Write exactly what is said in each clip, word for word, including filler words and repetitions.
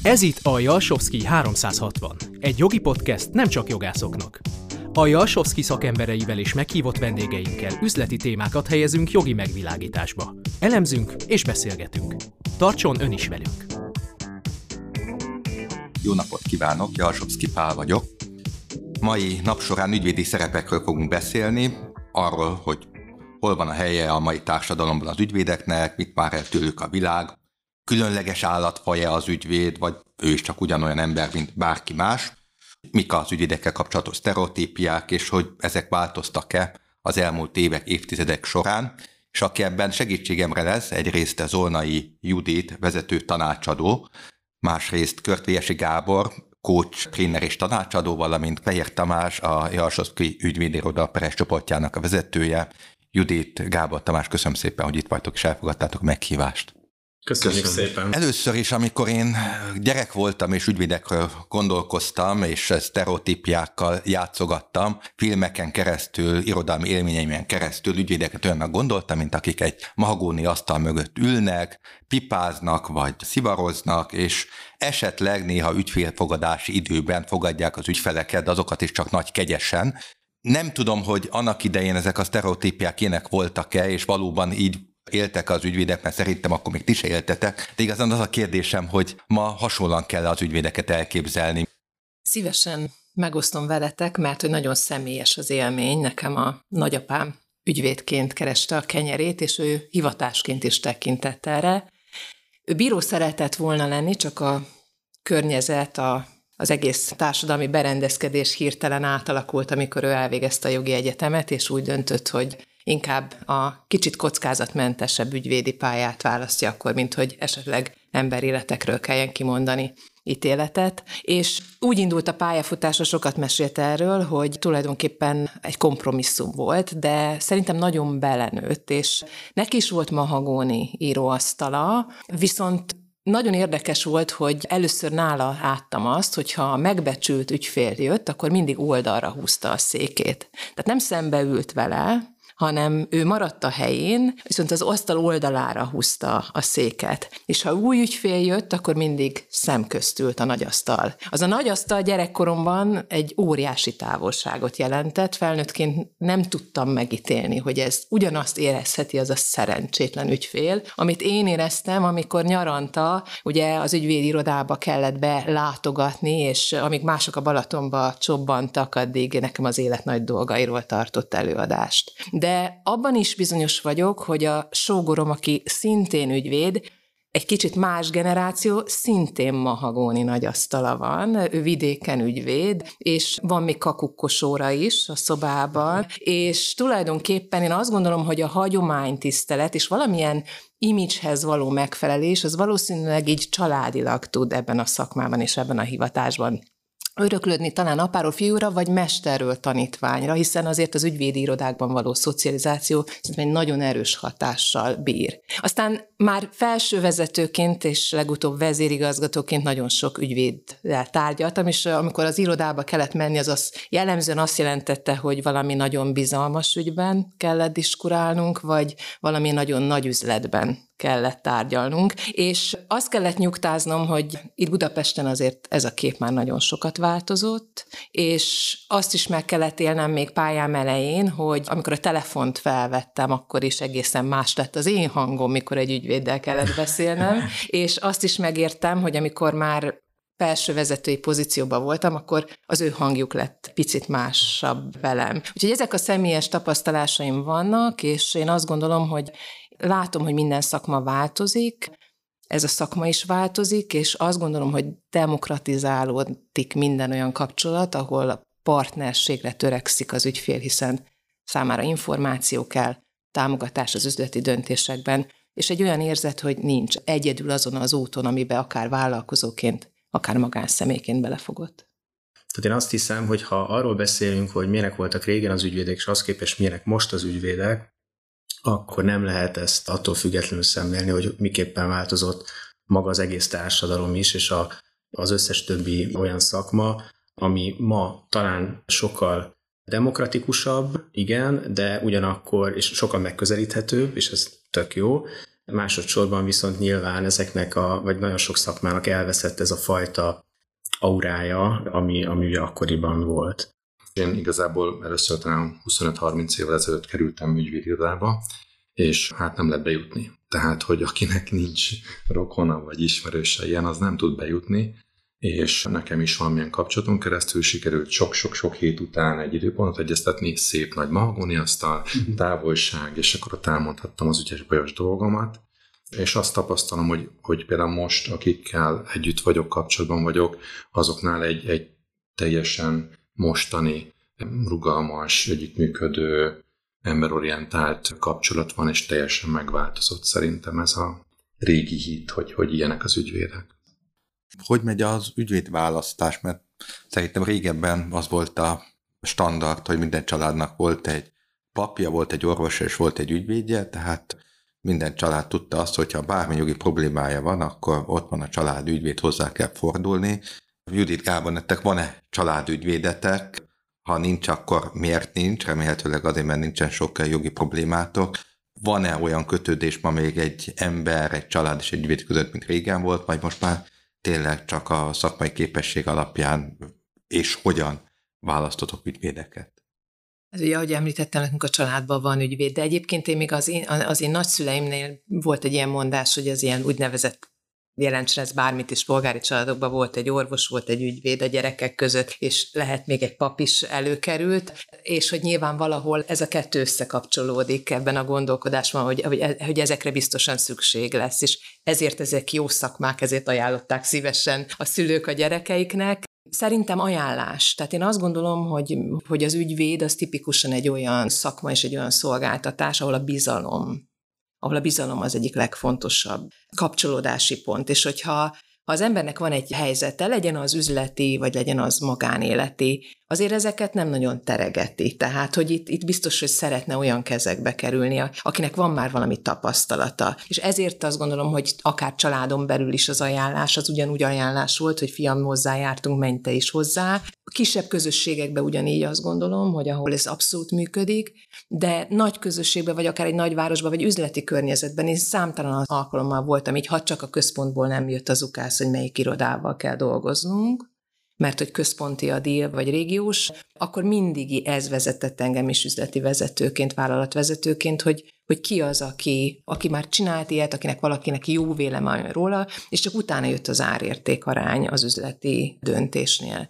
Ez itt a Jalsovszky háromszázhatvan, egy jogi podcast nem csak jogászoknak. A Jalsovszky szakembereivel és meghívott vendégeinkkel üzleti témákat helyezünk jogi megvilágításba. Elemzünk és beszélgetünk. Tartson ön is velünk! Jó napot kívánok, Jalsovszky Pál vagyok. Mai nap során ügyvédi szerepekről fogunk beszélni, arról, hogy hol van a helye a mai társadalomban az ügyvédeknek, mit vár el tőlük a világ, különleges állatfaja az ügyvéd, vagy ő is csak ugyanolyan ember, mint bárki más, mik az ügyvédekkel kapcsolatos sztereotípiák, és hogy ezek változtak-e az elmúlt évek, évtizedek során, és aki ebben segítségemre lesz, egyrészt Zolnai Judit, vezető tanácsadó, másrészt Körtvélyesi Gábor, coach, trainer és tanácsadó, valamint Fehér Tamás, a Jalsovszky ügyvédiroda Peres csoportjának a vezetője. Judit, Gábor, Tamás, köszönöm szépen, hogy itt vagytok és elfogadtátok a meghívást. Köszönjük Köszönöm. szépen. Először is, amikor én gyerek voltam és ügyvédekről gondolkoztam, és sztereotípiákkal játszogattam, filmeken keresztül, irodalmi élményeimen keresztül ügyvédeket olyannak gondoltam, mint akik egy mahagóni asztal mögött ülnek, pipáznak vagy szivaroznak, és esetleg néha ügyfélfogadási időben fogadják az ügyfeleket, de azokat is csak nagy kegyesen. Nem tudom, hogy annak idején ezek a sztereotípiák ilyenek voltak-e, és valóban így éltek az ügyvédek, mert szerintem akkor még ti se éltetek. De igazán az a kérdésem, hogy ma hasonlóan kell az ügyvédeket elképzelni. Szívesen megosztom veletek, mert hogy nagyon személyes az élmény. Nekem a nagyapám ügyvédként kereste a kenyerét, és ő hivatásként is tekintett erre. Ő bíró szeretett volna lenni, csak a környezet, a, az egész társadalmi berendezkedés hirtelen átalakult, amikor ő elvégezte a jogi egyetemet, és úgy döntött, hogy inkább a kicsit kockázatmentesebb ügyvédi pályát választja akkor, mint hogy esetleg emberéletekről kelljen kimondani ítéletet. És úgy indult a pályafutása, sokat mesélt erről, hogy tulajdonképpen egy kompromisszum volt, de szerintem nagyon belenőtt, és neki is volt mahagóni íróasztala, viszont nagyon érdekes volt, hogy először nála láttam azt, hogyha a megbecsült ügyfél jött, akkor mindig oldalra húzta a székét. Tehát nem szembe ült vele, hanem ő maradt a helyén, viszont az asztal oldalára húzta a széket. És ha új ügyfél jött, akkor mindig szemközt ült a nagyasztal. Az a nagyasztal gyerekkoromban egy óriási távolságot jelentett, felnőttként nem tudtam megítélni, hogy ez ugyanazt érezheti az a szerencsétlen ügyfél, amit én éreztem, amikor nyaranta, ugye az ügyvédirodába kellett belátogatni, és amíg mások a Balatonba csobbantak, addig nekem az élet nagy dolgairól tartott előadást. De De abban is bizonyos vagyok, hogy a sógorom, aki szintén ügyvéd, egy kicsit más generáció, szintén mahagóni nagyasztala van, ő vidéken ügyvéd, és van még kakukkosóra is a szobában, és tulajdonképpen én azt gondolom, hogy a hagyománytisztelet és valamilyen imidzshez való megfelelés, az valószínűleg így családilag tud ebben a szakmában és ebben a hivatásban öröklődni talán apáról fiúra, vagy mesterről tanítványra, hiszen azért az ügyvédi irodákban való szocializáció szerintem egy nagyon erős hatással bír. Aztán már felsővezetőként és legutóbb vezérigazgatóként nagyon sok ügyvéddel tárgyaltam, és amikor az irodába kellett menni, az, az jellemzően azt jelentette, hogy valami nagyon bizalmas ügyben kellett diskurálnunk, vagy valami nagyon nagy üzletben kellett tárgyalnunk, és azt kellett nyugtáznom, hogy itt Budapesten azért ez a kép már nagyon sokat változott, és azt is meg kellett élnem még pályám elején, hogy amikor a telefont felvettem, akkor is egészen más lett az én hangom, mikor egy ügyvéddel kellett beszélnem, és azt is megértem, hogy amikor már felső vezetői pozícióban voltam, akkor az ő hangjuk lett picit másabb velem. Úgyhogy ezek a személyes tapasztalásaim vannak, és én azt gondolom, hogy látom, hogy minden szakma változik, ez a szakma is változik, és azt gondolom, hogy demokratizálódik minden olyan kapcsolat, ahol a partnerségre törekszik az ügyfél, hiszen számára információ kell, támogatás az üzleti döntésekben, és egy olyan érzet, hogy nincs egyedül azon az úton, amiben akár vállalkozóként, akár magánszemélyként belefogott. Tehát én azt hiszem, hogy ha arról beszélünk, hogy milyenek voltak régen az ügyvédek, és az képest milyenek most az ügyvédek, akkor nem lehet ezt attól függetlenül szemlélni, hogy miképpen változott maga az egész társadalom is, és a, az összes többi olyan szakma, ami ma talán sokkal demokratikusabb, igen, de ugyanakkor, és sokkal megközelíthetőbb, és ez tök jó, Másodszorban viszont nyilván ezeknek a, vagy nagyon sok szakmának elveszett ez a fajta aurája, ami, ami ugye akkoriban volt. Én igazából először talán huszonöt-harminc évvel ezelőtt kerültem ügyvédirodába, és hát nem lehet bejutni. Tehát, hogy akinek nincs rokona vagy ismerőse ilyen, az nem tud bejutni, és nekem is valamilyen kapcsolaton keresztül sikerült sok-sok-sok hét után egy időpontot egyeztetni, szép nagy mahagóniasztal, távolság, és akkor ott elmondhattam az ügyes-bajos dolgomat, és azt tapasztalom, hogy, hogy például most, akikkel együtt vagyok, kapcsolatban vagyok, azoknál egy, egy teljesen mostani, rugalmas, együttműködő, emberorientált kapcsolat van, és teljesen megváltozott szerintem ez a régi hit, hogy, hogy ilyenek az ügyvédek. Hogy megy az ügyvédválasztás? Mert szerintem régebben az volt a standard, hogy minden családnak volt egy papja, volt egy orvosa és volt egy ügyvédje, tehát minden család tudta azt, hogyha bármi jogi problémája van, akkor ott van a család ügyvéd, hozzá kell fordulni. Judit, Gábor, nektek van-e családügyvédetek? Ha nincs, akkor miért nincs? Remélhetőleg azért, mert nincsen sok jogi problémátok. Van-e olyan kötődés ma még egy ember, egy család és egy ügyvéd között, mint régen volt, vagy most már tényleg csak a szakmai képesség alapján és hogyan választotok ügyvédeket? Ez ugye, ahogy említettem, nekünk a családban van ügyvéd, de egyébként én még az én, az én nagyszüleimnél volt egy ilyen mondás, hogy az ilyen úgynevezett, jelentsen ez bármit is, polgári családokban volt egy orvos, volt egy ügyvéd a gyerekek között, és lehet még egy pap is előkerült, és hogy nyilván valahol ez a kettő összekapcsolódik ebben a gondolkodásban, hogy, hogy ezekre biztosan szükség lesz, és ezért ezek jó szakmák, ezért ajánlották szívesen a szülők a gyerekeiknek. Szerintem ajánlás. Tehát én azt gondolom, hogy, hogy az ügyvéd az tipikusan egy olyan szakma és egy olyan szolgáltatás, ahol a bizalom, ahol a bizalom az egyik legfontosabb kapcsolódási pont. És hogyha ha az embernek van egy helyzete, legyen az üzleti, vagy legyen az magánéleti, azért ezeket nem nagyon teregeti. Tehát, hogy itt, itt biztos, hogy szeretne olyan kezekbe kerülni, akinek van már valami tapasztalata. És ezért azt gondolom, hogy akár családon belül is az ajánlás, az ugyanúgy ajánlás volt, hogy fiam, hozzájártunk, menj te is hozzá. A kisebb közösségekben ugyanígy azt gondolom, hogy ahol ez abszolút működik, de nagy közösségben, vagy akár egy nagyvárosban, vagy üzleti környezetben én számtalan alkalommal voltam így, ha csak a központból nem jött az ukász, hogy melyik irodával kell dolgoznunk, mert hogy központi a díl, vagy régiós, akkor mindig ez vezetett engem is üzleti vezetőként, vállalatvezetőként, hogy, hogy ki az, aki, aki már csinált ilyet, akinek valakinek jó vélemény róla, és csak utána jött az árértékarány az üzleti döntésnél.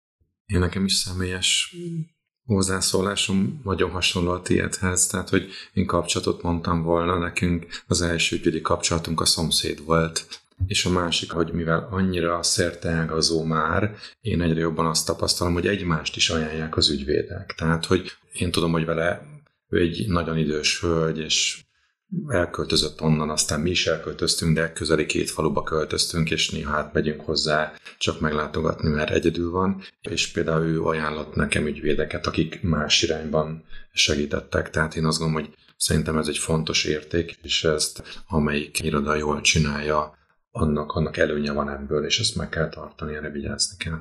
Én nekem is személyes hozzászólásom nagyon hasonló a tiédhez, tehát hogy én kapcsolatot mondtam volna, nekünk az első ügyvédi kapcsolatunk a szomszéd volt, és a másik, hogy mivel annyira szerteágazó már, én egyre jobban azt tapasztalom, hogy egymást is ajánlják az ügyvédek. Tehát, hogy én tudom, hogy vele ő egy nagyon idős hölgy, és elköltözött onnan, aztán mi is elköltöztünk, de közeli két faluba költöztünk, és néha hát megyünk hozzá csak meglátogatni, mert egyedül van, és például ő ajánlott nekem ügyvédeket, akik más irányban segítettek, tehát én azt gondolom, hogy szerintem ez egy fontos érték, és ezt amelyik iroda jól csinálja, annak, annak előnye van ebből, és ezt meg kell tartani, erre vigyázni kell.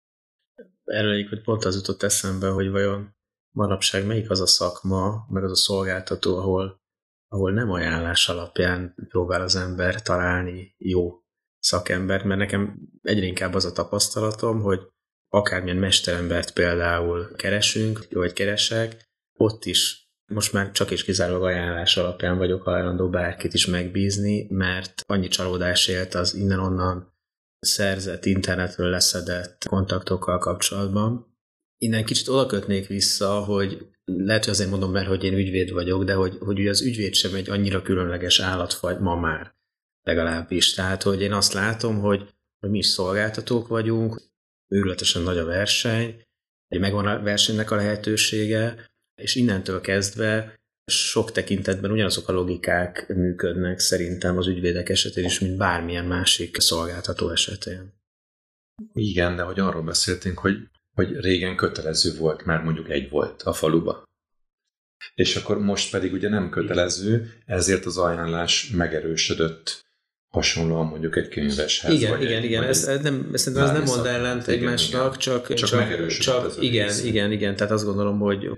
Erről egyébként pont az jutott eszembe, hogy vajon manapság melyik az a szakma, meg az a szolgáltató, ahol, ahol nem ajánlás alapján próbál az ember találni jó szakembert, mert nekem egyre inkább az a tapasztalatom, hogy akármilyen mesterembert például keresünk, vagy keresek, ott is most már csak és kizárólag ajánlás alapján vagyok hajlandó bárkit is megbízni, mert annyi csalódás élt az innen-onnan szerzett, internetről leszedett kontaktokkal kapcsolatban. Innen kicsit oda kötnék vissza, hogy lehet, hogy azért mondom, mert hogy én ügyvéd vagyok, de hogy, hogy ugye az ügyvéd sem egy annyira különleges állatfaj ma már legalábbis. Tehát, hogy én azt látom, hogy, hogy mi is szolgáltatók vagyunk, őrületesen nagy a verseny, megvan a versenynek a lehetősége, és innentől kezdve sok tekintetben ugyanazok a logikák működnek szerintem az ügyvédek esetén is, mint bármilyen másik szolgáltató esetén. Igen, de hogy arról beszéltünk, hogy, hogy régen kötelező volt, már mondjuk egy volt a faluba. És akkor most pedig ugye nem kötelező, ezért az ajánlás megerősödött hasonlóan mondjuk egy könyveshez. Igen, vagy igen, egy, igen. Ez, ez nem, szerintem ez nem mond ellent egymásnak, csak, csak, csak megerősödött csak ez igen, rész. igen, igen. Tehát azt gondolom, hogy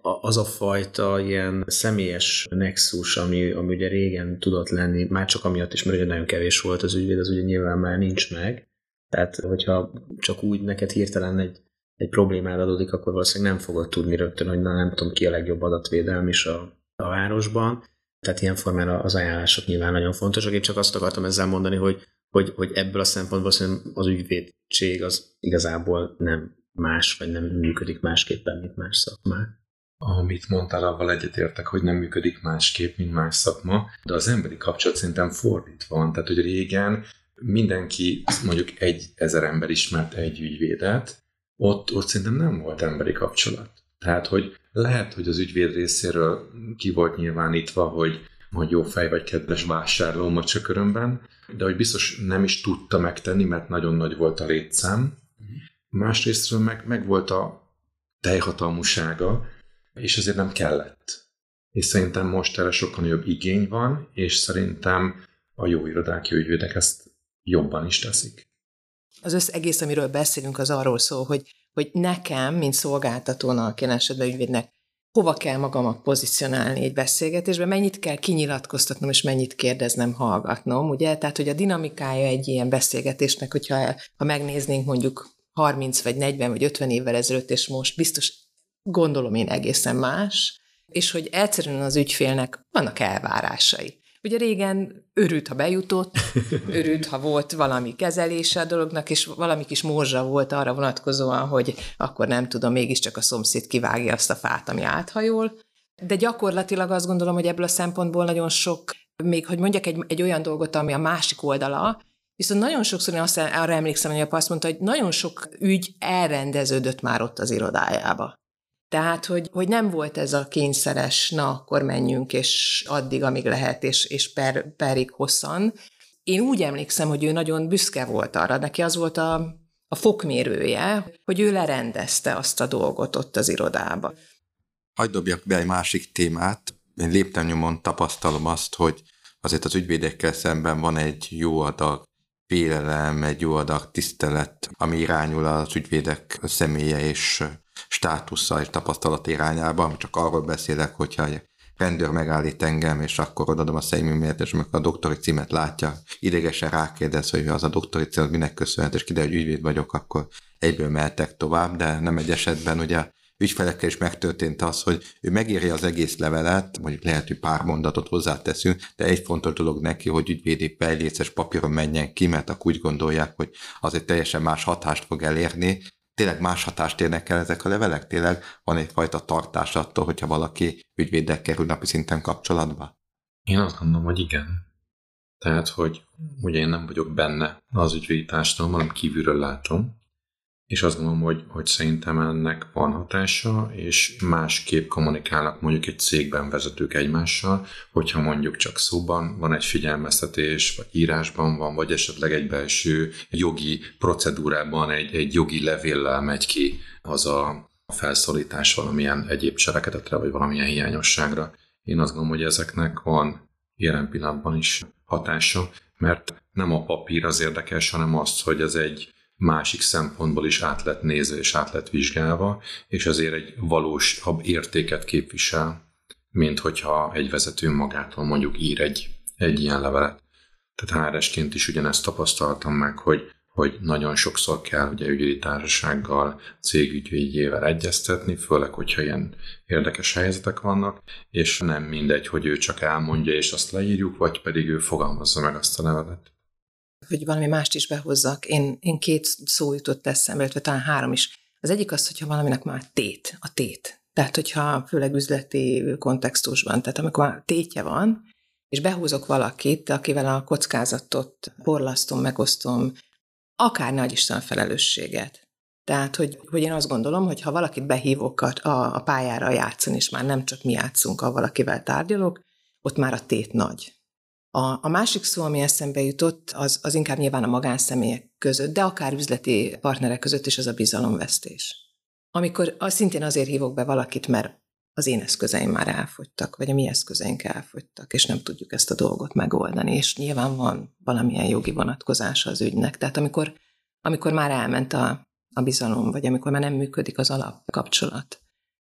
az a fajta ilyen személyes nexus, ami, ami ugye régen tudott lenni, már csak amiatt is, mert ugye nagyon kevés volt az ügyvéd, az ugye nyilván már nincs meg. Tehát, hogyha csak úgy neked hirtelen egy, egy problémád adódik, akkor valószínűleg nem fogod tudni rögtön, hogy na, nem tudom ki a legjobb adatvédelm is a, a városban. Tehát ilyen formán az ajánlások nyilván nagyon fontosak. Én csak azt akartam ezzel mondani, hogy, hogy, hogy ebből a szempontból az ügyvédség az igazából nem más, vagy nem működik másképpen, mint más szakmák. Amit mondtál, avval egyetértek, hogy nem működik másképp, mint más szakma, de az emberi kapcsolat szerintem fordítva van. Tehát, hogy régen mindenki, mondjuk egy ezer ember ismert egy ügyvédet, ott, ott szerintem nem volt emberi kapcsolat. Tehát, hogy lehet, hogy az ügyvéd részéről ki volt nyilvánítva, hogy, hogy jó fej vagy kedves vásárló mocsakörömben, de hogy biztos nem is tudta megtenni, mert nagyon nagy volt a létszám. Másrésztről meg, meg volt a teljhatalmúsága, és ezért nem kellett. És szerintem most erre sokkal nagyobb igény van, és szerintem a jó irodák, jó ügyvédek ezt jobban is teszik. Az össz egész, amiről beszélünk, az arról szól, hogy, hogy nekem, mint szolgáltatónak, ilyen esetben ügyvédnek, hova kell magamat pozícionálni egy beszélgetésben, mennyit kell kinyilatkoztatnom, és mennyit kérdeznem, hallgatnom, ugye? Tehát, hogy a dinamikája egy ilyen beszélgetésnek, hogyha ha megnéznénk mondjuk harminc vagy negyven vagy ötven évvel ezelőtt, és most biztos gondolom én egészen más, és hogy egyszerűen az ügyfélnek vannak elvárásai. Ugye régen örült, ha bejutott, örült, ha volt valami kezelése a dolognak, és valami kis morzsa volt arra vonatkozóan, hogy akkor nem tudom, mégiscsak a szomszéd kivágja azt a fát, ami áthajol. De gyakorlatilag azt gondolom, hogy ebből a szempontból nagyon sok, még hogy mondjak egy, egy olyan dolgot, ami a másik oldala, viszont nagyon sokszor én azt, arra emlékszem, hogy apa azt mondta, hogy nagyon sok ügy elrendeződött már ott az irodájába. Tehát, hogy, hogy nem volt ez a kényszeres, na, akkor menjünk, és addig, amíg lehet, és, és per, perig hosszan. Én úgy emlékszem, hogy ő nagyon büszke volt arra, neki az volt a, a fokmérője, hogy ő lerendezte azt a dolgot ott az irodába. Hadd dobjak be egy másik témát. Én lépten-nyomon tapasztalom azt, hogy azért az ügyvédekkel szemben van egy jó adag félelem, egy jó adag tisztelet, ami irányul az ügyvédek személye és státusza és tapasztalat irányába. Csak arról beszélek, hogyha egy rendőr megállít engem, és akkor odadom a személyemért, és amikor a doktori címet látja, idegesen rákérdez, hogy az a doktori cím, minek köszönhet, és kiderül, hogy ügyvéd vagyok, akkor egyből mehetek tovább, de nem egy esetben ugye ügyfelekkel is megtörtént az, hogy ő megírja az egész levelet, mondjuk lehet, hogy pár mondatot hozzáteszünk, de egy fontos dolog neki, hogy ügyvédi bejegyzéses papíron menjen ki, mert akkor úgy gondolják, hogy az egy teljesen más hatást fog elérni. Tényleg más hatást érnek el ezek a levelek? Tényleg van egyfajta tartás attól, hogyha valaki ügyvéddel kerül napi szinten kapcsolatba? Én azt gondolom, hogy igen. Tehát, hogy ugye én nem vagyok benne az ügyvédi társadalomban, hanem kívülről látom, és azt gondolom, hogy, hogy szerintem ennek van hatása, és másképp kommunikálnak mondjuk egy cégben vezetők egymással, hogyha mondjuk csak szóban van egy figyelmeztetés, vagy írásban van, vagy esetleg egy belső jogi procedúrában egy, egy jogi levéllel megy ki az a felszólítás valamilyen egyéb cselekedetre, vagy valamilyen hiányosságra. Én azt gondolom, hogy ezeknek van jelen pillanatban is hatása, mert nem a papír az érdekes, hanem az, hogy ez egy másik szempontból is át lett nézve és át lett vizsgálva, és azért egy valósabb értéket képvisel, mint hogyha egy vezető magától mondjuk ír egy, egy ilyen levelet. Tehát há er esként is ugyanezt tapasztaltam meg, hogy, hogy nagyon sokszor kell ugye ügyvédi társasággal, cégügyvédjével egyeztetni, főleg, hogyha ilyen érdekes helyzetek vannak, és nem mindegy, hogy ő csak elmondja, és azt leírjuk, vagy pedig ő fogalmazza meg azt a levelet. Hogy valami mást is behozzak. Én, én két szó jutott eszembe, illetve talán három is. Az egyik az, hogyha valaminek már tét, a tét. Tehát, hogyha főleg üzleti kontextusban, tehát amikor már tétje van, és behúzok valakit, akivel a kockázatot porlasztom, megosztom, akár nagy Isten a felelősséget. Tehát, hogy, hogy én azt gondolom, hogy ha valakit behívok a, a, a pályára játszani, és már nem csak mi játszunk, ha valakivel tárgyalok, ott már a tét nagy. A, a másik szó, ami eszembe jutott, az, az inkább nyilván a magánszemélyek között, de akár üzleti partnerek között is az a bizalomvesztés. Amikor az szintén azért hívok be valakit, mert az én eszközeim már elfogytak, vagy a mi eszközeink elfogytak, és nem tudjuk ezt a dolgot megoldani, és nyilván van valamilyen jogi vonatkozása az ügynek. Tehát amikor, amikor már elment a, a bizalom, vagy amikor már nem működik az alapkapcsolat.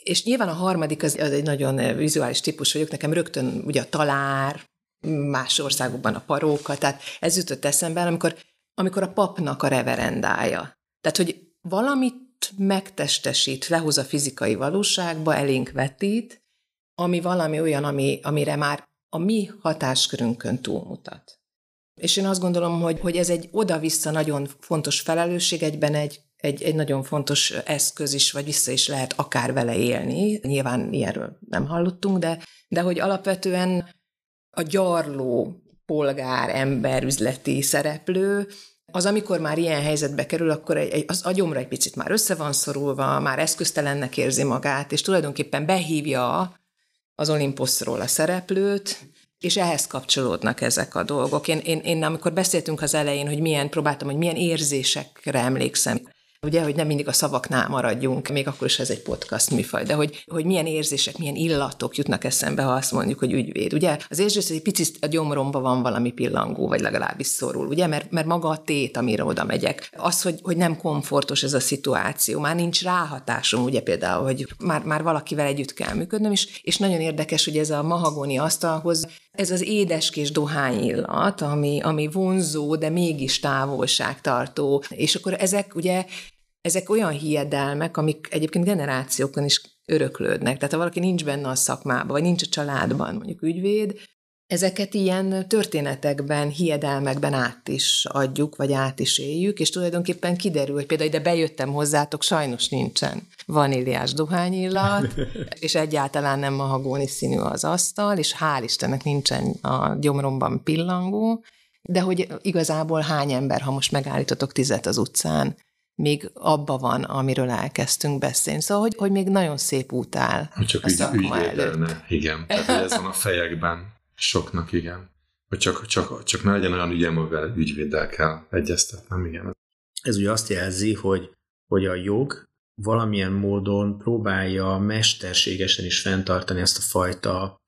És nyilván a harmadik az, az egy nagyon vizuális típus vagyok, nekem rögtön ugye a talár, más országokban a paróka, tehát ez jutott eszembe, amikor, amikor a papnak a reverendája. Tehát, hogy valamit megtestesít, lehoz a fizikai valóságba, elénk vetít, ami valami olyan, ami, amire már a mi hatáskörünkön túlmutat. És én azt gondolom, hogy, hogy ez egy oda-vissza nagyon fontos felelősség, egyben egy, egy, egy nagyon fontos eszköz is, vagy vissza is lehet akár vele élni. Nyilván ilyenről nem hallottunk, de, de hogy alapvetően a gyarló polgár, ember, üzleti szereplő, az amikor már ilyen helyzetbe kerül, akkor egy, az agyomra egy picit már össze van szorulva, már eszköztelennek érzi magát, és tulajdonképpen behívja az Olimposzról a szereplőt, és ehhez kapcsolódnak ezek a dolgok. Én, én, én amikor beszéltünk az elején, hogy milyen, próbáltam, hogy milyen érzésekre emlékszem, ugye, hogy nem mindig a szavaknál maradjunk, még akkor is ez egy podcast műfaj, de hogy, hogy milyen érzések, milyen illatok jutnak eszembe, ha azt mondjuk, hogy ügyvéd. Ugye az érzés, hogy egy picit a gyomromba van valami pillangó, vagy legalábbis szorul, ugye, mert, mert maga a tét, amire oda megyek. Az, hogy, hogy nem komfortos ez a szituáció, már nincs ráhatásom, ugye például, hogy már, már valakivel együtt kell működnöm, és, és nagyon érdekes, hogy ez a mahagóni asztalhoz, ez az édeskés dohány illat, ami, ami vonzó, de mégis távolságtartó, és akkor ezek ugye ezek olyan hiedelmek, amik egyébként generációkon is öröklődnek. Tehát ha valaki nincs benne a szakmában, vagy nincs a családban, mondjuk ügyvéd, ezeket ilyen történetekben, hiedelmekben át is adjuk, vagy át is éljük, és tulajdonképpen kiderül, hogy például ide bejöttem hozzátok, sajnos nincsen vaníliás dohányillat, és egyáltalán nem mahagóni színű az asztal, és hál' Istennek nincsen a gyomromban pillangó, de hogy igazából hány ember, ha most megállítotok tizet az utcán, még abba van, amiről elkezdtünk beszélni. Szóval, hogy, hogy még nagyon szép út áll hogy csak a szakma ügy, előtt. Igen, tehát hogy ez van a fejekben. Soknak, igen. Hogy csak, csak, csak ne legyen olyan ügyem, amivel ügyvéddel kell egyeztetnem, igen. Ez ugye azt jelzi, hogy, hogy a jog valamilyen módon próbálja mesterségesen is fenntartani ezt a fajta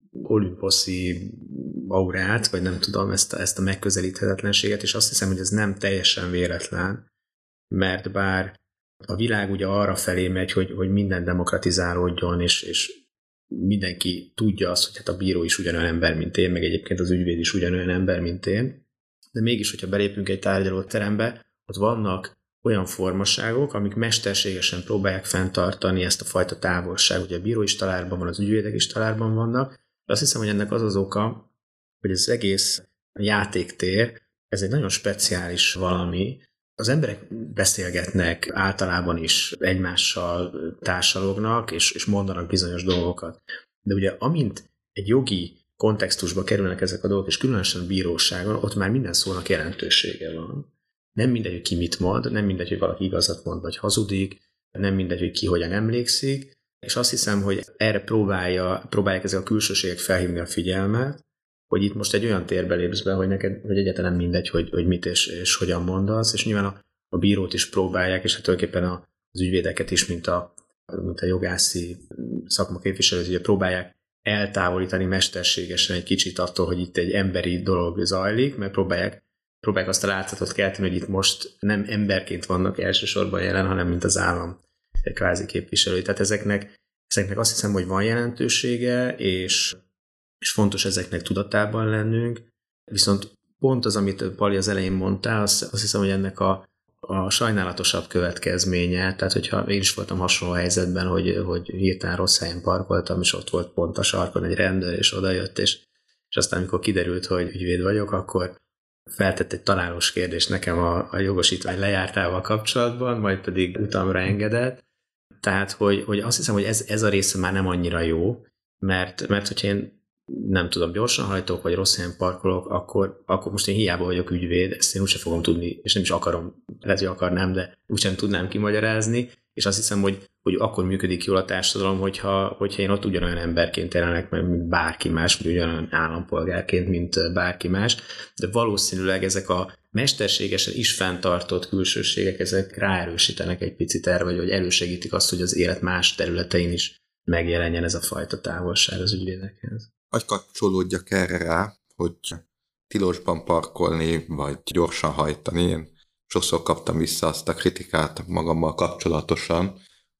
olimposzi aurát, vagy nem tudom, ezt a, ezt a megközelíthetetlenséget, és azt hiszem, hogy ez nem teljesen véletlen, mert bár a világ ugye arra felé megy, hogy, hogy minden demokratizálódjon, és, és mindenki tudja azt, hogy hát a bíró is ugyanolyan ember, mint én, meg egyébként az ügyvéd is ugyanolyan ember, mint én, de mégis, hogyha belépünk egy tárgyalóterembe, ott vannak olyan formaságok, amik mesterségesen próbálják fenntartani ezt a fajta távolságot. Ugye a bíró is talárban van, az ügyvédek is talárban vannak, de azt hiszem, hogy ennek az az oka, hogy az egész játéktér, ez egy nagyon speciális valami. Az emberek beszélgetnek általában is egymással, társalognak, és, és mondanak bizonyos dolgokat. De ugye amint egy jogi kontextusba kerülnek ezek a dolgok, és különösen a bíróságon, ott már minden szónak jelentősége van. Nem mindegy, hogy ki mit mond, nem mindegy, hogy valaki igazat mond, vagy hazudik, nem mindegy, hogy ki hogyan emlékszik, és azt hiszem, hogy erre próbálja, próbálják ezek a külsőségek felhívni a figyelmet, hogy itt most egy olyan térbe lépsz be, hogy neked hogy egyáltalán mindegy, hogy, hogy mit és, és hogyan mondasz, és nyilván a, a bírót is próbálják, és hát tulajdonképpen az ügyvédeket is, mint a, mint a jogászi szakmaképviselőt, ugye próbálják eltávolítani mesterségesen egy kicsit attól, hogy itt egy emberi dolog zajlik, mert próbálják, próbálják azt a látszatot kelteni, hogy itt most nem emberként vannak elsősorban jelen, hanem mint az állam egy kvázi képviselői. Tehát ezeknek, ezeknek azt hiszem, hogy van jelentősége, és és fontos ezeknek tudatában lennünk, viszont pont az, amit Pali az elején mondtál, azt, azt hiszem, hogy ennek a, a sajnálatosabb következménye, tehát hogyha én is voltam hasonló helyzetben, hogy, hogy hirtelen rossz helyen parkoltam, és ott volt pont a sarkon egy rendőr, és odajött, és, és aztán, amikor kiderült, hogy ügyvéd vagyok, akkor feltett egy találós kérdést nekem a, a jogosítvány lejártával kapcsolatban, majd pedig utamra engedett. Tehát, hogy, hogy azt hiszem, hogy ez, ez a része már nem annyira jó, mert, mert hogyha én nem tudom, gyorsan hajtok, vagy rossz helyen parkolok, akkor, akkor most én hiába vagyok ügyvéd, ezt én úgysem fogom tudni, és nem is akarom, lehet, hogy akarnám, de úgysem tudnám kimagyarázni, és azt hiszem, hogy, hogy akkor működik jól a társadalom, hogyha, hogyha én ott ugyanolyan emberként jelenek meg, mint bárki más, vagy ugyanolyan állampolgárként, mint bárki más, de valószínűleg ezek a mesterségesen is fenntartott külsőségek, ezek ráerősítenek egy picit erre, vagy hogy elősegítik azt, hogy az élet más területein is megjelenjen ez a fajta távolság az ügyvédekhez. Hogy kapcsolódjak erre rá, hogy tilosban parkolni, vagy gyorsan hajtani. Én sokszor kaptam vissza azt a kritikát magammal kapcsolatosan,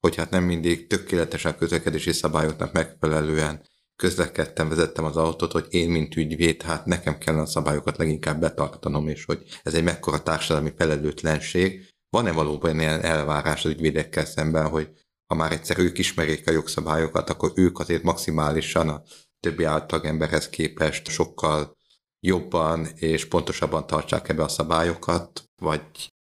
hogy hát nem mindig tökéletesen közlekedési szabályoknak megfelelően közlekedtem, vezettem az autót, hogy én, mint ügyvéd, hát nekem kellene a szabályokat leginkább betartanom, és hogy ez egy mekkora társadalmi felelőtlenség. Van-e valóban ilyen elvárás az ügyvédekkel szemben, hogy ha már egyszer ők ismerik a jogszabályokat, akkor ők azért maximálisan a többi átlagemberhez képest sokkal jobban és pontosabban tartsák ebbe a szabályokat, vagy...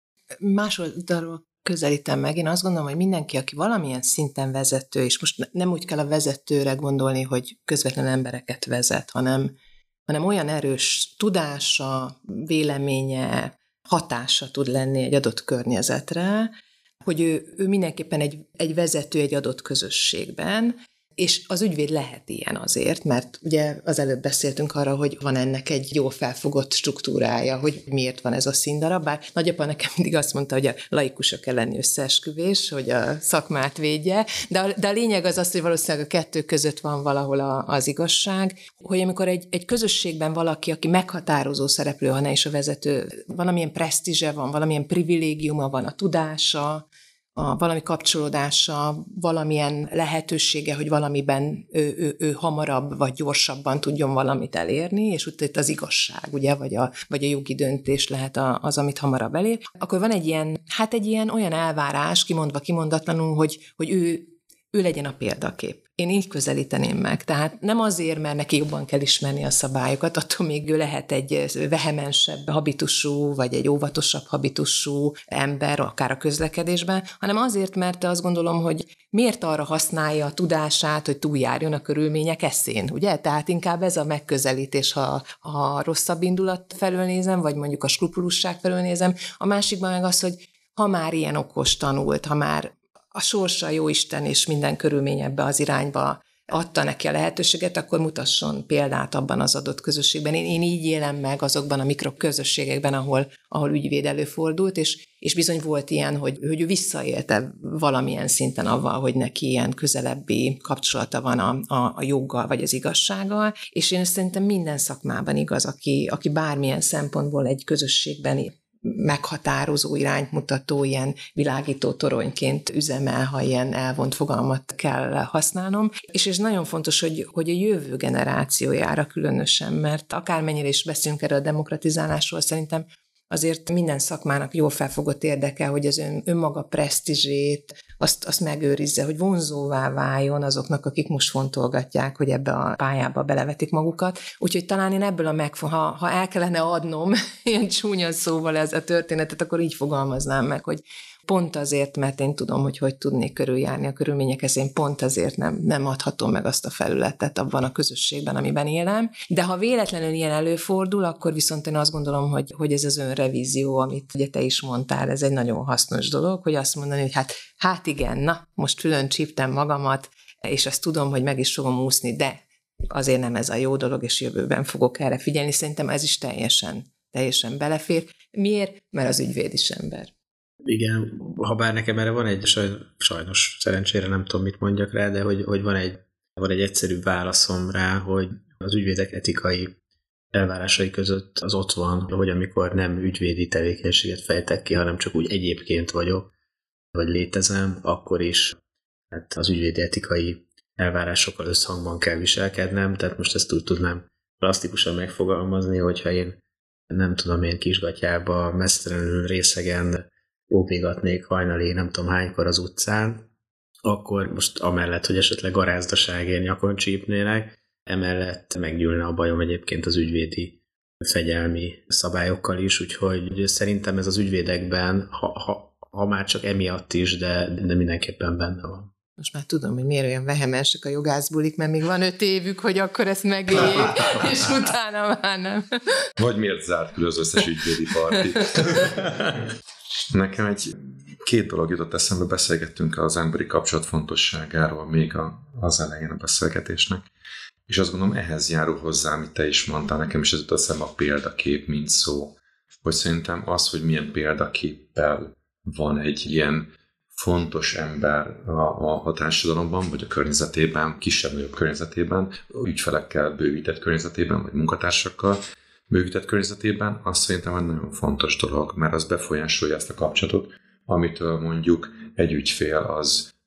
Másoldalról közelítem meg. Én azt gondolom, hogy mindenki, aki valamilyen szinten vezető, és most nem úgy kell a vezetőre gondolni, hogy közvetlenül embereket vezet, hanem, hanem olyan erős tudása, véleménye, hatása tud lenni egy adott környezetre, hogy ő, ő mindenképpen egy, egy vezető egy adott közösségben, és az ügyvéd lehet ilyen azért, mert ugye az előbb beszéltünk arra, hogy van ennek egy jól felfogott struktúrája, hogy miért van ez a színdarab, bár nagyapa nekem mindig azt mondta, hogy a laikusok elleni összeesküvés, hogy a szakmát védje, de a, de a lényeg az az, hogy valószínűleg a kettő között van valahol a, az igazság, hogy amikor egy, egy közösségben valaki, aki meghatározó szereplő, ha ne is a vezető, valamilyen presztízse van, valamilyen privilégiuma van, a tudása, a valami kapcsolódása, valamilyen lehetősége, hogy valamiben ő, ő, ő hamarabb vagy gyorsabban tudjon valamit elérni, és utána itt az igazság, ugye, vagy a, vagy a jogi döntés lehet az, amit hamarabb elér, akkor van egy ilyen, hát egy ilyen olyan elvárás, kimondva kimondatlanul, hogy, hogy ő, ő legyen a példakép. Én így közelíteném meg. Tehát nem azért, mert neki jobban kell ismerni a szabályokat, attól még ő lehet egy vehemensebb habitusú, vagy egy óvatosabb habitusú ember, akár a közlekedésben, hanem azért, mert azt gondolom, hogy miért arra használja a tudását, hogy túljárjon a körülmények eszén, ugye? Tehát inkább ez a megközelítés, ha, ha rosszabb indulat felől nézem, vagy mondjuk a skrupulusság felől nézem. A másikban meg az, hogy ha már ilyen okos tanult, ha már a sorsa, jóisten és minden körülmény ebbe az irányba adta neki a lehetőséget, akkor mutasson példát abban az adott közösségben. Én, én így élem meg azokban a mikroközösségekben, ahol, ahol ügyvéd előfordult, és, és bizony volt ilyen, hogy, hogy ő visszaélte valamilyen szinten avval, hogy neki ilyen közelebbi kapcsolata van a, a, a joggal vagy az igazsággal, és én szerintem minden szakmában igaz, aki, aki bármilyen szempontból egy közösségben meghatározó, irányt mutató, ilyen világító toronyként üzemel, ha ilyen elvont fogalmat kell használnom. És ez nagyon fontos, hogy, hogy a jövő generációjára különösen, mert akármennyire is beszélünk erről a demokratizálásról, szerintem azért minden szakmának jól felfogott érdeke, hogy az ön, önmaga presztízsét, azt, azt megőrizze, hogy vonzóvá váljon azoknak, akik most fontolgatják, hogy ebbe a pályába belevetik magukat. Úgyhogy talán én ebből a megfog, ha, ha el kellene adnom ilyen csúnya szóval ez a történetet, akkor így fogalmaznám meg, hogy pont azért, mert én tudom, hogy hogy tudnék körüljárni a körülményekhez, én pont azért nem, nem adhatom meg azt a felületet abban a közösségben, amiben élem. De ha véletlenül ilyen előfordul, akkor viszont én azt gondolom, hogy, hogy ez az önrevízió, amit ugye te is mondtál, ez egy nagyon hasznos dolog, hogy azt mondani, hogy hát, hát igen, na, most külön csíptem magamat, és azt tudom, hogy meg is fogom úszni, de azért nem ez a jó dolog, és jövőben fogok erre figyelni. Szerintem ez is teljesen, teljesen belefér. Miért? Mert az ügyvéd is ember. Igen, ha bár nekem erre van egy, sajnos szerencsére nem tudom, mit mondjak rá, de hogy, hogy van, egy, van egy egyszerű válaszom rá, hogy az ügyvédek etikai elvárásai között az ott van, hogy amikor nem ügyvédi tevékenységet fejtek ki, hanem csak úgy egyébként vagyok, vagy létezem, akkor is hát az ügyvédi etikai elvárásokkal összhangban kell viselkednem, tehát most ezt úgy tudnám plastikusan megfogalmazni, hogyha én nem tudom én Kisgatyába mesztelenül részegen óvégatnék hajnali nem tudom hánykor az utcán, akkor most amellett, hogy esetleg garázdaságért nyakon csípnének, emellett meggyűlne a bajom egyébként az ügyvédi fegyelmi szabályokkal is, úgyhogy szerintem ez az ügyvédekben, ha, ha, ha már csak emiatt is, de, de mindenképpen benne van. Most már tudom, hogy miért olyan vehemensek a jogászbulik, mert még van öt évük, hogy akkor ezt megéljék, és utána már nem. Vagy miért zárt külön az összes ügyvédi parti? Nekem egy két dolog jutott eszembe, beszélgettünk az emberi kapcsolat fontosságáról még a, az elején a beszélgetésnek, és azt gondolom ehhez járul hozzá, amit te is mondtál, nekem is ez jutott eszembe a példakép, mint szó, hogy szerintem az, hogy milyen példaképpel van egy ilyen fontos ember a, a társadalomban, vagy a környezetében, kisebb-nagyobb környezetében, ügyfelekkel bővített környezetében, vagy munkatársakkal bővített környezetében, azt szerintem egy nagyon fontos dolog, mert az befolyásolja ezt a kapcsolatot, amitől mondjuk egy ügyfél az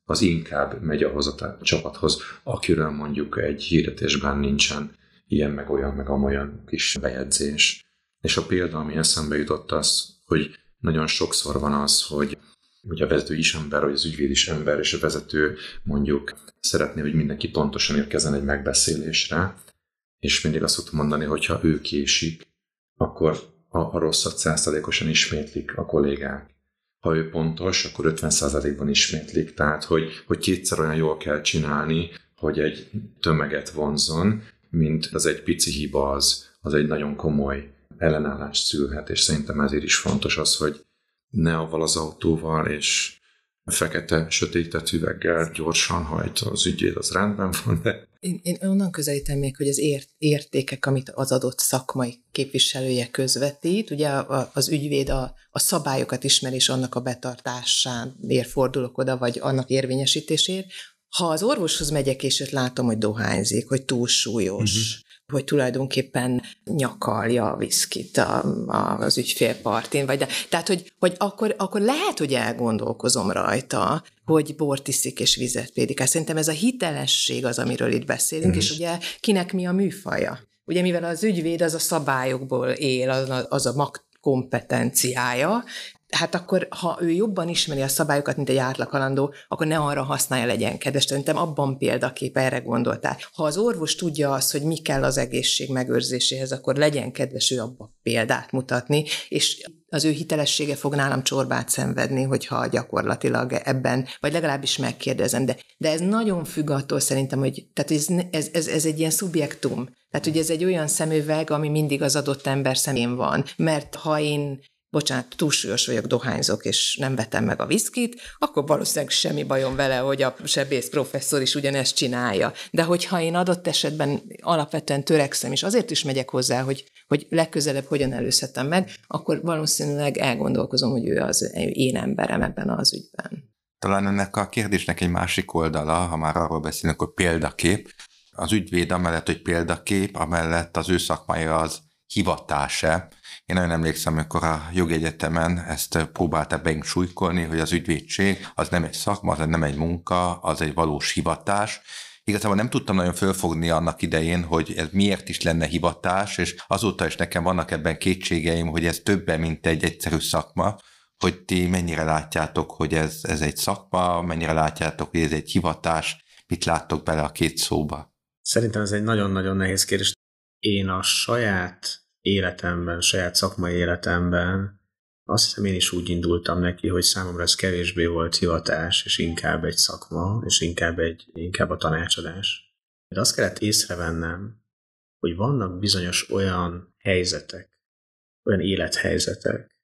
az inkább megy ahhoz a csapathoz, akiről mondjuk egy hirdetésben nincsen ilyen, meg olyan, meg amolyan kis bejegyzés. És a példa, ami eszembe jutott az, hogy nagyon sokszor van az, hogy ugye a vezető is ember, vagy az ügyvéd is ember, és a vezető mondjuk szeretné, hogy mindenki pontosan érkezzen egy megbeszélésre, és mindig azt szoktam mondani, hogy ha ő késik, akkor a, a rosszat száz százalékosan ismétlik a kollégák. Ha ő pontos, akkor ötven százalékban ismétlik. Tehát, hogy, hogy kétszer olyan jól kell csinálni, hogy egy tömeget vonzzon, mint az egy pici hiba az, az egy nagyon komoly ellenállást szülhet, és szerintem ezért is fontos az, hogy ne avval az autóval, és a fekete, sötétett üveggel gyorsan hajt az ügyvéd, az rendben van, de... Én, én onnan közelítem még, hogy az ért, értékek, amit az adott szakmai képviselője közvetít, ugye a, az ügyvéd a, a szabályokat ismer, és annak a betartásáért fordulok oda, vagy annak érvényesítésért. Ha az orvoshoz megyek, és őt látom, hogy dohányzik, hogy túlsúlyos, uh-huh. hogy tulajdonképpen nyakalja a viszkit a, a, az ügyfélpartin, vagy de, tehát, hogy, hogy akkor, akkor lehet, hogy elgondolkozom rajta, hogy bort iszik és vizet prédikál. Szerintem ez a hitelesség az, amiről itt beszélünk, uh-huh. és ugye kinek mi a műfaja. Ugye mivel az ügyvéd az a szabályokból él, az a, az a mag kompetenciája, hát akkor, ha ő jobban ismeri a szabályokat, mint egy átlaghalandó, akkor ne arra használja, legyen kedves. Szerintem abban példakép, erre gondoltál. Ha az orvos tudja azt, hogy mi kell az egészség megőrzéséhez, akkor legyen kedves ő abban példát mutatni, és az ő hitelessége fog nálam csorbát szenvedni, hogyha gyakorlatilag ebben, vagy legalábbis megkérdezem. De, de ez nagyon függ attól szerintem, hogy tehát ez, ez, ez, ez egy ilyen szubjektum. Tehát ugye ez egy olyan szemüveg, ami mindig az adott ember szemén van. Mert ha én bocsánat, túlsúlyos vagyok, dohányzok, és nem vetem meg a viszkit, akkor valószínűleg semmi bajom vele, hogy a sebész professzor is ugyanezt csinálja. De hogyha én adott esetben alapvetően törekszem, és azért is megyek hozzá, hogy, hogy legközelebb hogyan előzhetem meg, akkor valószínűleg elgondolkozom, hogy ő az én emberem ebben az ügyben. Talán ennek a kérdésnek egy másik oldala, ha már arról beszélünk, hogy példakép. Az ügyvéd amellett, hogy példakép, amellett az ő szakmája az hivatása. Én nagyon emlékszem, amikor a jogegyetemen ezt próbálták beink súlykolni, hogy az ügyvédség az nem egy szakma, az nem egy munka, az egy valós hivatás. Igazából nem tudtam nagyon fölfogni annak idején, hogy ez miért is lenne hivatás, és azóta is nekem vannak ebben kétségeim, hogy ez többen, mint egy egyszerű szakma, hogy ti mennyire látjátok, hogy ez, ez egy szakma, mennyire látjátok, hogy ez egy hivatás, mit láttok bele a két szóba? Szerintem ez egy nagyon-nagyon nehéz kérdés. Én a saját életemben, saját szakmai életemben azt hiszem én is úgy indultam neki, hogy számomra ez kevésbé volt hivatás, és inkább egy szakma, és inkább, egy, inkább a tanácsadás. De azt kellett észrevennem, hogy vannak bizonyos olyan helyzetek, olyan élethelyzetek,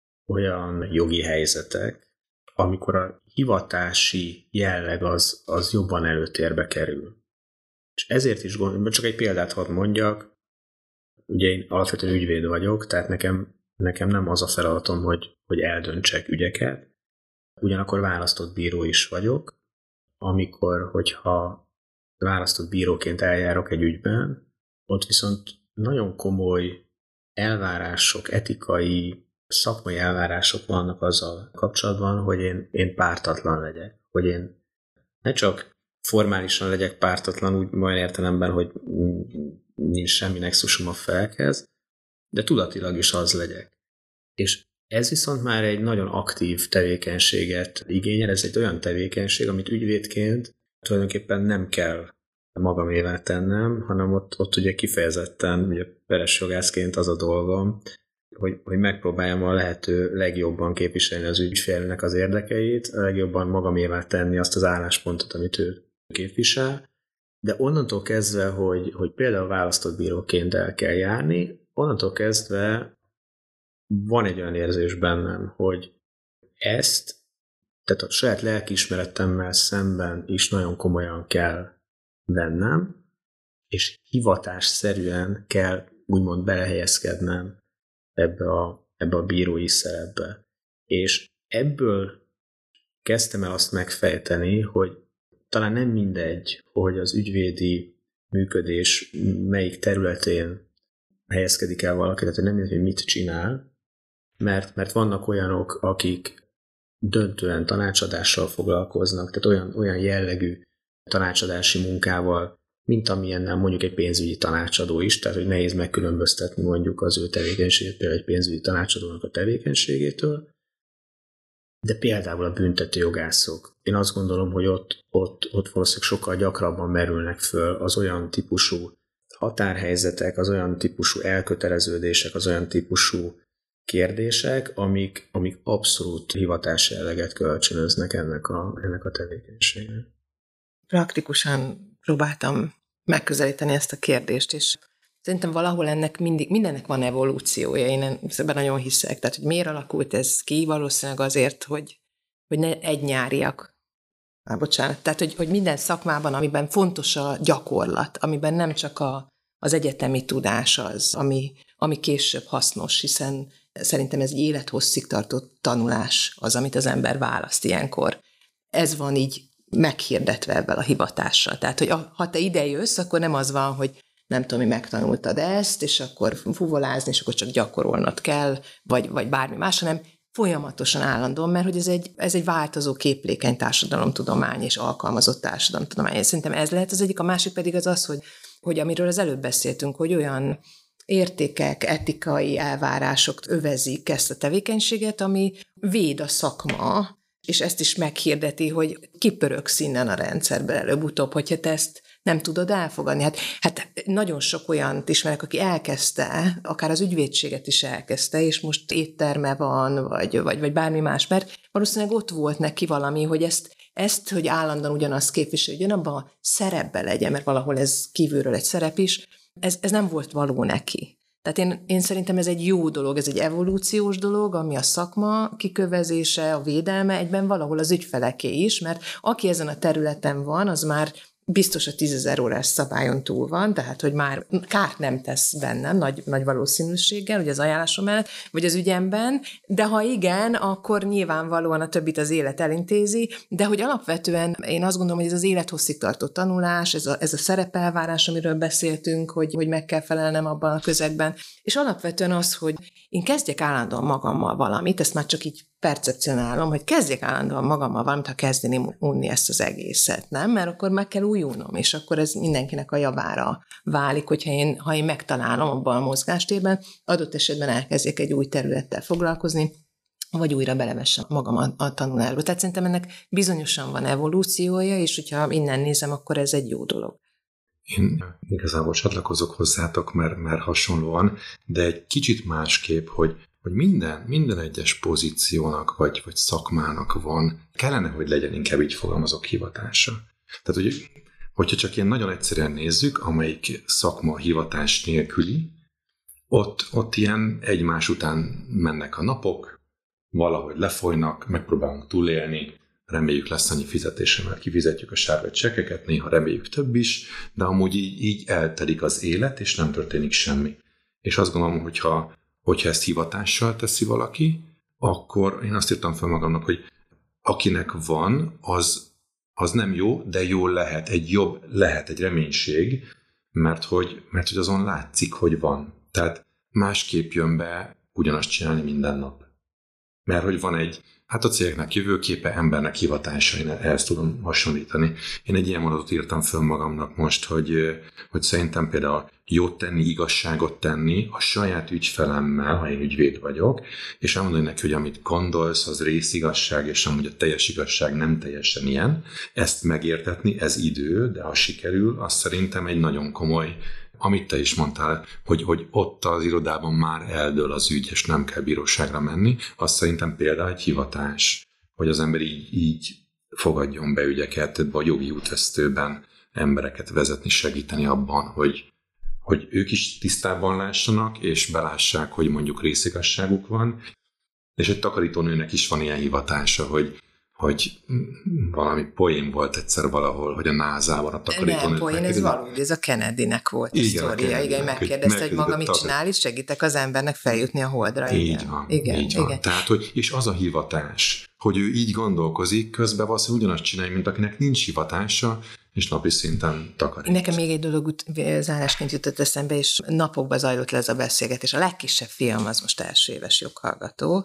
olyan jogi helyzetek, amikor a hivatási jelleg az, az jobban előtérbe kerül. És ezért is gondolom, csak egy példát hadd mondjak, ugye én alapvetően ügyvéd vagyok, tehát nekem, nekem nem az a feladatom, hogy, hogy eldöntsek ügyeket, ugyanakkor választott bíró is vagyok, amikor, hogyha választott bíróként eljárok egy ügyben, ott viszont nagyon komoly elvárások, etikai, szakmai elvárások vannak azzal kapcsolatban, hogy én, én pártatlan legyek, hogy én ne csak formálisan legyek pártatlan, úgy majd értelemben, hogy nincs semmi nexusum a felekhez, de tudatilag is az legyek. És ez viszont már egy nagyon aktív tevékenységet igényel, ez egy olyan tevékenység, amit ügyvédként tulajdonképpen nem kell magamévá tennem, hanem ott, ott ugye kifejezetten, ugye peres jogászként az a dolgom, hogy, hogy megpróbáljam a lehető legjobban képviselni az ügyfélnek az érdekeit, a legjobban magamévá tenni azt az álláspontot, amit ő képvisel, de onnantól kezdve, hogy, hogy például választott bíróként el kell járni, onnantól kezdve van egy olyan érzés bennem, hogy ezt, tehát a saját lelkiismeretemmel szemben is nagyon komolyan kell vennem, és hivatásszerűen kell úgymond belehelyezkednem ebbe a, ebbe a bírói szerepbe. És ebből kezdtem el azt megfejteni, hogy talán nem mindegy, hogy az ügyvédi működés melyik területén helyezkedik el valaki, tehát nem mindegy, hogy mit csinál, mert, mert vannak olyanok, akik döntően tanácsadással foglalkoznak, tehát olyan, olyan jellegű tanácsadási munkával, mint amilyennel mondjuk egy pénzügyi tanácsadó is, tehát hogy nehéz megkülönböztetni mondjuk az ő tevékenységét, például egy pénzügyi tanácsadónak a tevékenységétől, de például a büntetőjogászok. Én azt gondolom, hogy ott, ott, ott valószínűleg sokkal gyakrabban merülnek föl az olyan típusú határhelyzetek, az olyan típusú elköteleződések, az olyan típusú kérdések, amik, amik abszolút hivatási jelleget kölcsönöznek ennek a, ennek a tevékenységnek. Praktikusan próbáltam megközelíteni ezt a kérdést, és szerintem valahol ennek mindig, mindennek van evolúciója, én ebben nagyon hiszek. Tehát, hogy miért alakult ez ki? Valószínűleg azért, hogy, hogy ne egy nyáriak. Á, bocsánat. Tehát, hogy, hogy minden szakmában, amiben fontos a gyakorlat, amiben nem csak a, az egyetemi tudás az, ami, ami később hasznos, hiszen szerintem ez egy élethosszig tartó tanulás az, amit az ember választ ilyenkor. Ez van így meghirdetve ebben a hivatással. Tehát, hogy ha te ide jössz, akkor nem az van, hogy nem tudom, mi megtanultad ezt, és akkor fuvolázni, és akkor csak gyakorolnod kell, vagy, vagy bármi más, hanem folyamatosan állandóan, mert hogy ez egy, ez egy változó képlékeny társadalomtudomány és alkalmazott társadalomtudomány. Szerintem ez lehet az egyik, a másik pedig az az, hogy, hogy amiről az előbb beszéltünk, hogy olyan értékek, etikai elvárások övezik ezt a tevékenységet, ami véd a szakma, és ezt is meghirdeti, hogy kipöröksz innen a rendszerben előbb-utóbb, hogyha te ezt nem tudod elfogadni. Hát, hát nagyon sok olyant ismerek, aki elkezdte, akár az ügyvédséget is elkezdte, és most étterme van, vagy, vagy, vagy bármi más, mert valószínűleg ott volt neki valami, hogy ezt, ezt hogy állandóan ugyanazt képviselő, ugyanabban a szerepben legyen, mert valahol ez kívülről egy szerep is, ez, ez nem volt való neki. Tehát én, én szerintem ez egy jó dolog, ez egy evolúciós dolog, ami a szakma kikövezése, a védelme, egyben valahol az ügyfeleké is, mert aki ezen a területen van, az már biztos a tízezer órás szabályon túl van, tehát hogy már kárt nem tesz bennem nagy, nagy valószínűséggel, hogy az ajánlásom mellett, vagy az ügyemben, de ha igen, akkor nyilvánvalóan a többit az élet elintézi, de hogy alapvetően én azt gondolom, hogy ez az élethosszig tartó tanulás, ez a, ez a szerepelvárás, amiről beszéltünk, hogy, hogy meg kell felelnem abban a közegben, és alapvetően az, hogy én kezdjek állandóan magammal valamit, ezt már csak így percepcionálom, hogy kezdjek állandóan magammal valamit, ha kezdeném unni ezt az egészet, nem? Mert akkor meg kell újulnom, és akkor ez mindenkinek a javára válik, hogyha én, ha én megtalálom abban a mozgástérben, adott esetben elkezdjek egy új területtel foglalkozni, vagy újra belevessem magam a, a tanulásba. Tehát szerintem ennek bizonyosan van evolúciója, és hogyha innen nézem, akkor ez egy jó dolog. Én igazából csatlakozok hozzátok, mert, mert hasonlóan, de egy kicsit másképp, hogy hogy minden, minden egyes pozíciónak vagy, vagy szakmának van, kellene, hogy legyen, inkább így fogalmazok, hivatása. Tehát, hogy, hogyha csak ilyen nagyon egyszerűen nézzük, amelyik szakma hivatás nélküli, ott, ott ilyen egymás után mennek a napok, valahogy lefolynak, megpróbálunk túlélni, reméljük lesz annyi fizetésre, mert kifizetjük a sárga csekkeket, néha reméljük több is, de amúgy így, így eltelik az élet, és nem történik semmi. És azt gondolom, hogyha hogyha ezt hivatással teszi valaki, akkor én azt írtam fel magamnak, hogy akinek van, az, az nem jó, de jól lehet, egy jobb lehet, egy reménység, mert hogy, mert hogy azon látszik, hogy van. Tehát másképp jön be ugyanazt csinálni minden nap. Mert hogy van egy, hát a cégnek jövőképe, embernek hivatása, én ehhez tudom hasonlítani. Én egy ilyen mondatot írtam föl magamnak most, hogy, hogy szerintem például jót tenni, igazságot tenni a saját ügyfelemmel, ha én ügyvéd vagyok, és elmondani neki, hogy amit gondolsz, az részigazság, és amúgy a teljes igazság nem teljesen ilyen. Ezt megértetni, ez idő, de ha sikerül, az szerintem egy nagyon komoly, amit te is mondtál, hogy, hogy ott az irodában már eldől az ügy, és nem kell bíróságra menni, az szerintem például egy hivatás, hogy az ember így, így fogadjon be ügyeket, vagy jogi útvesztőben embereket vezetni, segíteni abban, hogy, hogy ők is tisztában lássanak, és belássák, hogy mondjuk részigazságuk van, és egy takarítónőnek is van ilyen hivatása, hogy hogy valami poén volt egyszer valahol, hogy a názában a takarítónőnek... Nem poén, ez valódi, ez a Kennedynek volt a sztoria. Igen, megkérdezte, hogy maga mit csinál, és segítek az embernek feljutni a holdra. Így igen. van, igen, így igen. van. Tehát, hogy, és az a hivatás, hogy ő így gondolkozik, közben valószínűleg ugyanazt csinálja, mint akinek nincs hivatása, és napi szinten takarít. Nekem még egy dolog zárásként jutott eszembe, és napokban zajlott le ez a beszélgetés. A legkisebb fiam az most első éves joghallgató,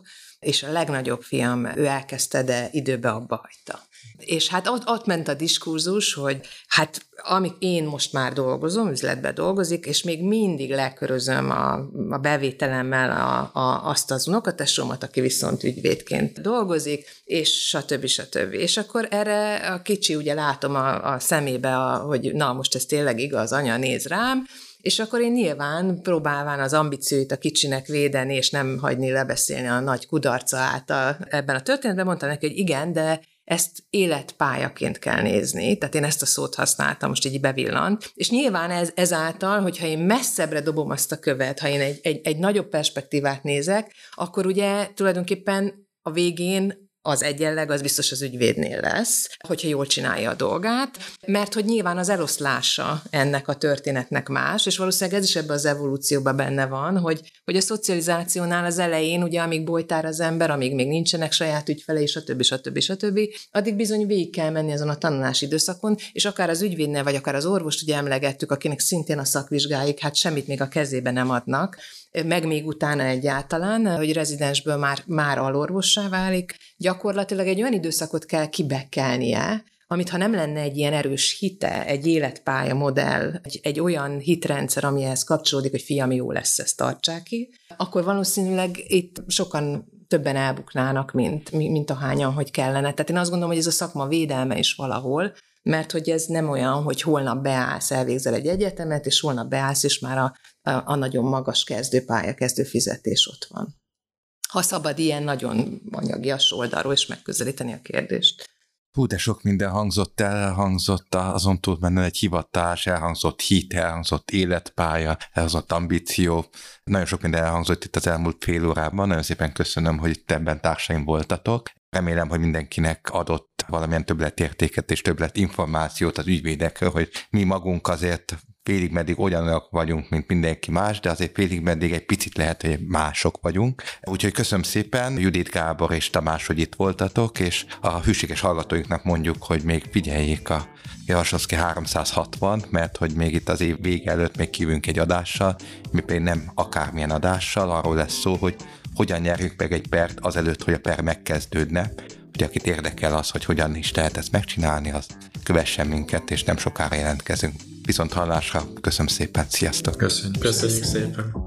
és a legnagyobb fiam, ő elkezdte, de időbe abba hagyta. És hát ott, ott ment a diskurzus, hogy hát amíg én most már dolgozom, üzletben dolgozik, és még mindig lekörözöm a, a bevételemmel a, a, azt az unokatestrómat, aki viszont ügyvédként dolgozik, és stb. stb. És akkor erre a kicsi, ugye látom a, a szemébe, a, hogy na, most ez tényleg igaz, anya néz rám, és akkor én nyilván próbálván az ambícióit a kicsinek védeni, és nem hagyni lebeszélni a nagy kudarca által ebben a történetben, mondtam neki, hogy igen, de ezt életpályaként kell nézni, tehát én ezt a szót használtam, most így bevillant, és nyilván ez, ezáltal, hogyha én messzebbre dobom azt a követ, ha én egy, egy, egy nagyobb perspektívát nézek, akkor ugye tulajdonképpen a végén az egyenleg, az biztos az ügyvédnél lesz, hogyha jól csinálja a dolgát, mert hogy nyilván az eloszlása ennek a történetnek más, és valószínűleg ez is ebben az evolúcióban benne van, hogy, hogy a szocializációnál az elején, ugye amíg bojtár az ember, amíg még nincsenek saját ügyfelei, stb. stb. stb., addig bizony végig kell menni azon a tanulási időszakon, és akár az ügyvédnél, vagy akár az orvost ugye emlegettük, akinek szintén a szakvizsgáig, hát semmit még a kezébe nem adnak, meg még utána egyáltalán, hogy rezidensből már, már alorvossá válik, gyakorlatilag egy olyan időszakot kell kibekkelnie, amit ha nem lenne egy ilyen erős hite, egy életpálya modell, egy, egy olyan hitrendszer, amihez kapcsolódik, hogy fiam, jó lesz, ezt tartsák ki, akkor valószínűleg itt sokan többen elbuknának, mint, mint ahányan, hogy kellene. Tehát én azt gondolom, hogy ez a szakma védelme is valahol, mert hogy ez nem olyan, hogy holnap beállsz, elvégzel egy egyetemet, és holnap beállsz, és már a, a, a nagyon magas kezdőpálya, kezdőfizetés ott van. Ha szabad ilyen nagyon anyagias oldalról is megközelíteni a kérdést. Hú, de sok minden hangzott el, elhangzott azon túl benne egy hivatás, elhangzott hit, elhangzott életpálya, elhangzott ambíció. Nagyon sok minden elhangzott itt az elmúlt fél órában. Nagyon szépen köszönöm, hogy itt ebben társaim voltatok. Remélem, hogy mindenkinek adott valamilyen többletértéket és többlet információt az ügyvédekről, hogy mi magunk azért félig meddig olyanok vagyunk, mint mindenki más, de azért félig meddig egy picit lehet, hogy mások vagyunk. Úgyhogy köszönöm szépen, Judit, Gábor és Tamás, hogy itt voltatok, és a hűséges hallgatóinknak mondjuk, hogy még figyeljék a Jaroszowski háromszázhatvan, mert hogy még itt az év vége előtt még kívünk egy adással, mi pedig nem akármilyen adással, arról lesz szó, hogy hogyan nyerjük meg egy pert azelőtt, hogy a per megkezdődne. Ugye akit érdekel az, hogy hogyan is lehet ezt megcsinálni, az kövessen minket, és nem sokára jelentkezünk. Viszont hallásra, köszönöm szépen, sziasztok! Köszönjük, Köszönjük szépen!